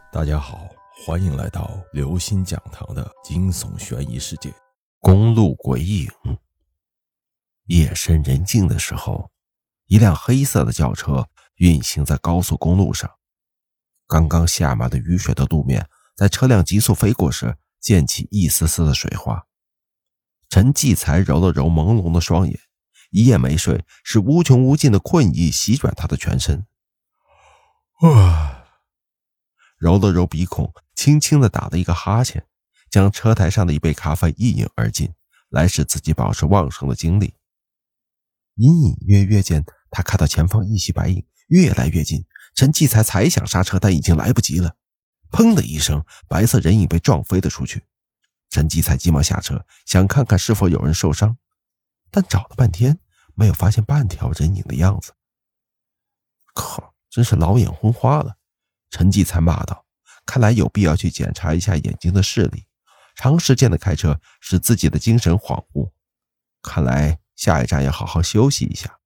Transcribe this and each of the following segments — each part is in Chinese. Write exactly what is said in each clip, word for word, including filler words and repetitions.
大家好，欢迎来到刘星讲堂的惊悚悬疑世界。公路鬼影。夜深人静的时候，一辆黑色的轿车运行在高速公路上。刚刚下马的雨水的路面在车辆急速飞过时溅起一丝丝的水花。陈继才揉了揉朦胧的双眼，一夜没睡，使无穷无尽的困意席卷他的全身。啊，揉了揉鼻孔，轻轻地打了一个哈欠，将车台上的一杯咖啡一饮而尽，来使自己保持旺盛的精力。隐隐约约间，他看到前方一袭白影越来越近，陈继才才想刹车，但已经来不及了。砰的一声，白色人影被撞飞了出去。陈继才急忙下车，想看看是否有人受伤，但找了半天没有发现半条人影的样子。靠，真是老眼昏花了，陈继才骂道，看来有必要去检查一下眼睛的视力。长时间的开车使自己的精神恍惚，看来下一站要好好休息一下。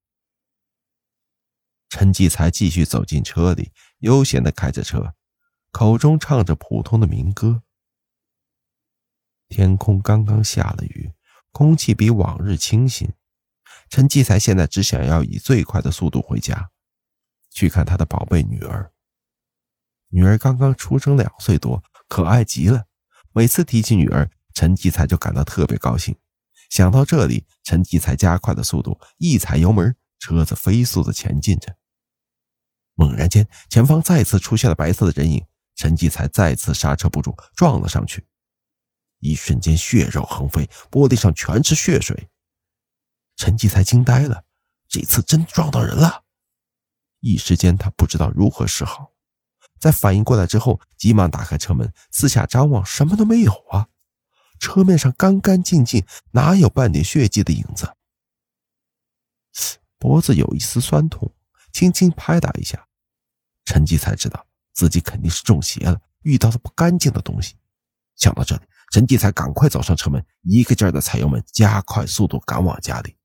陈继才继续走进车里，悠闲地开着车，口中唱着普通的民歌。天空刚刚下了雨，空气比往日清新。陈继才现在只想要以最快的速度回家，去看他的宝贝女儿。女儿刚刚出生两岁多，可爱极了。每次提起女儿，陈继才就感到特别高兴。想到这里，陈继才加快了速度，一踩油门，车子飞速地前进着。猛然间，前方再次出现了白色的人影，陈继才再次刹车不住，撞了上去。一瞬间血肉横飞，玻璃上全是血水。陈继才惊呆了，这次真撞到人了。一时间他不知道如何是好，在反应过来之后，急忙打开车门，四下张望，什么都没有啊。车面上干干净净，哪有半点血迹的影子？脖子有一丝酸痛，轻轻拍打一下，陈继才知道自己肯定是中邪了，遇到了不干净的东西。想到这里，陈继才赶快走上车门，一个劲儿的踩油门，加快速度赶往家里。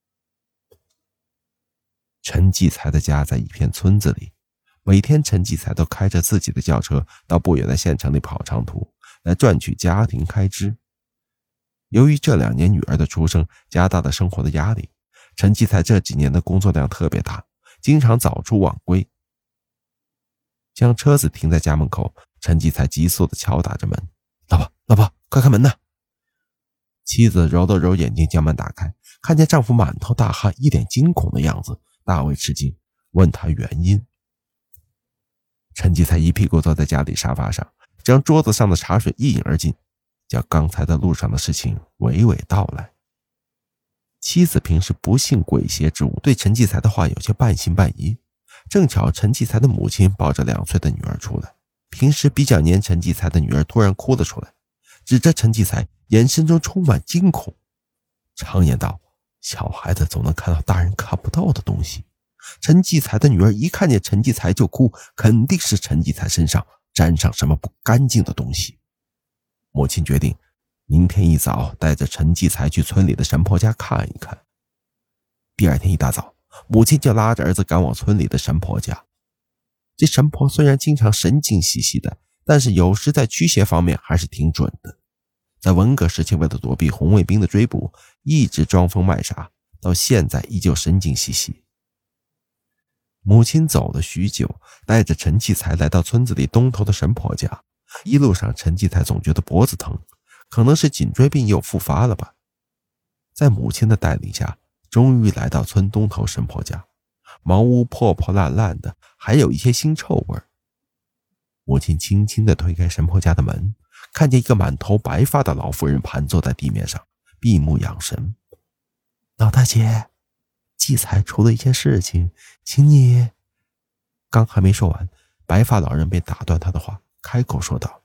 陈继才的家在一片村子里，每天陈继才都开着自己的轿车到不远的县城里跑长途，来赚取家庭开支。由于这两年女儿的出生加大了生活的压力，陈继才这几年的工作量特别大，经常早出晚归。将车子停在家门口，陈继才急速地敲打着门，老婆老婆快开门呐！妻子揉了揉眼睛，将门打开，看见丈夫满头大汗，一脸惊恐的样子，大为吃惊，问他原因。陈继才一屁股坐在家里沙发上，将桌子上的茶水一饮而尽，将刚才的路上的事情娓娓道来。妻子平时不信鬼邪之物，对陈继才的话有些半信半疑。正巧陈继才的母亲抱着两岁的女儿出来，平时比较黏陈继才的女儿突然哭了出来，指着陈继才，眼神中充满惊恐。常言道，小孩子总能看到大人看不到的东西。陈继才的女儿一看见陈继才就哭，肯定是陈继才身上沾上什么不干净的东西。母亲决定明天一早带着陈继才去村里的神婆家看一看。第二天一大早，母亲就拉着儿子赶往村里的神婆家。这神婆虽然经常神经兮兮的，但是有时在驱邪方面还是挺准的。在文革时期，为了躲避红卫兵的追捕，一直装疯卖傻，到现在依旧神经兮兮。母亲走了许久，带着陈继才来到村子里东头的神婆家。一路上陈继才总觉得脖子疼，可能是颈椎病又复发了吧。在母亲的带领下，终于来到村东头神婆家。茅屋破破烂烂的，还有一些腥臭味。母亲轻轻地推开神婆家的门，看见一个满头白发的老妇人盘坐在地面上，闭目养神。老大姐，继才出了一件事情，请你……刚还没说完，白发老人便打断他的话，开口说道：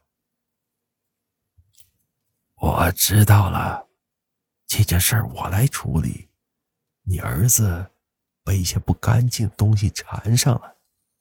我知道了，这件事我来处理。你儿子被一些不干净的东西缠上了。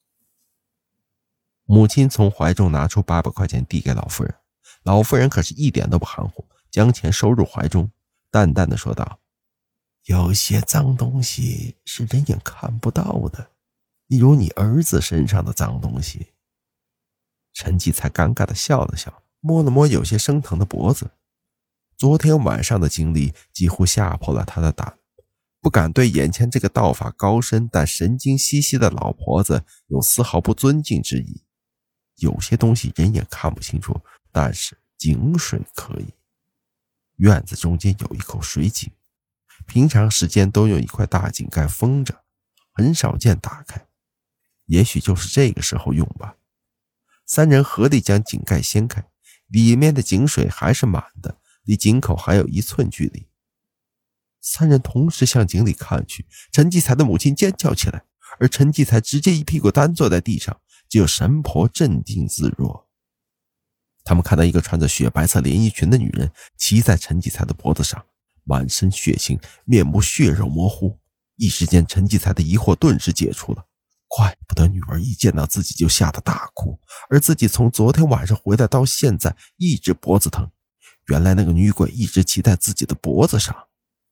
母亲从怀中拿出八百块钱递给老妇人，老妇人可是一点都不含糊，将钱收入怀中，淡淡的说道：有些脏东西是人眼看不到的，例如你儿子身上的脏东西。 陈继才尴尬地笑了笑，摸了摸有些生疼的脖子。昨天晚上的经历几乎吓破了他的胆，不敢对眼前这个道法高深但神经兮兮的老婆子有丝毫不尊敬之意。有些东西人眼看不清楚，但是井水可以。院子中间有一口水井，平常时间都用一块大井盖封着，很少见打开，也许就是这个时候用吧。三人合力将井盖掀开，里面的井水还是满的，离井口还有一寸距离。三人同时向井里看去，陈继才的母亲尖叫起来，而陈继才直接一屁股瘫坐在地上，只有神婆镇定自若。他们看到一个穿着雪白色连衣裙的女人骑在陈继才的脖子上，满身血腥，面目血肉模糊。一时间，陈继才的疑惑顿时解除了，怪不得女儿一见到自己就吓得大哭，而自己从昨天晚上回来到现在一直脖子疼，原来那个女鬼一直骑在自己的脖子上。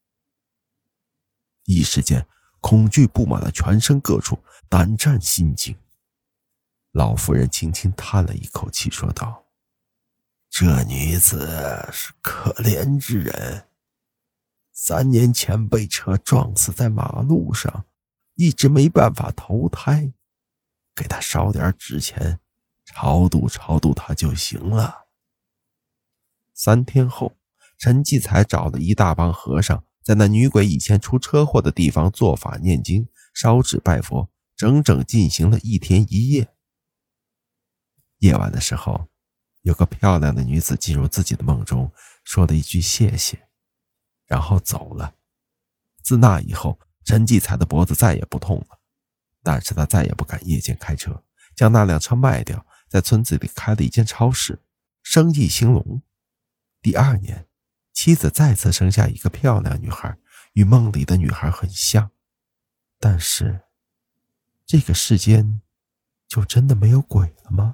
一时间，恐惧布满了全身各处，胆战心惊。老妇人轻轻叹了一口气，说道：这女子是可怜之人，三年前被车撞死在马路上，一直没办法投胎，给她烧点纸钱，超度超度她就行了。三天后，陈继才找了一大帮和尚，在那女鬼以前出车祸的地方做法念经，烧纸拜佛，整整进行了一天一夜。夜晚的时候，有个漂亮的女子进入自己的梦中，说了一句谢谢，然后走了。自那以后，陈继才的脖子再也不痛了，但是他再也不敢夜间开车，将那辆车卖掉，在村子里开了一间超市，生意兴隆。第二年，妻子再次生下一个漂亮女孩，与梦里的女孩很像，但是这个世间就真的没有鬼了吗？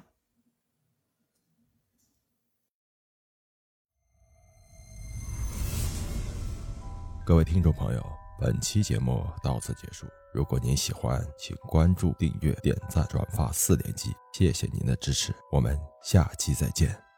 各位听众朋友，本期节目到此结束。如果您喜欢，请关注、订阅、点赞、转发四连击，谢谢您的支持，我们下期再见。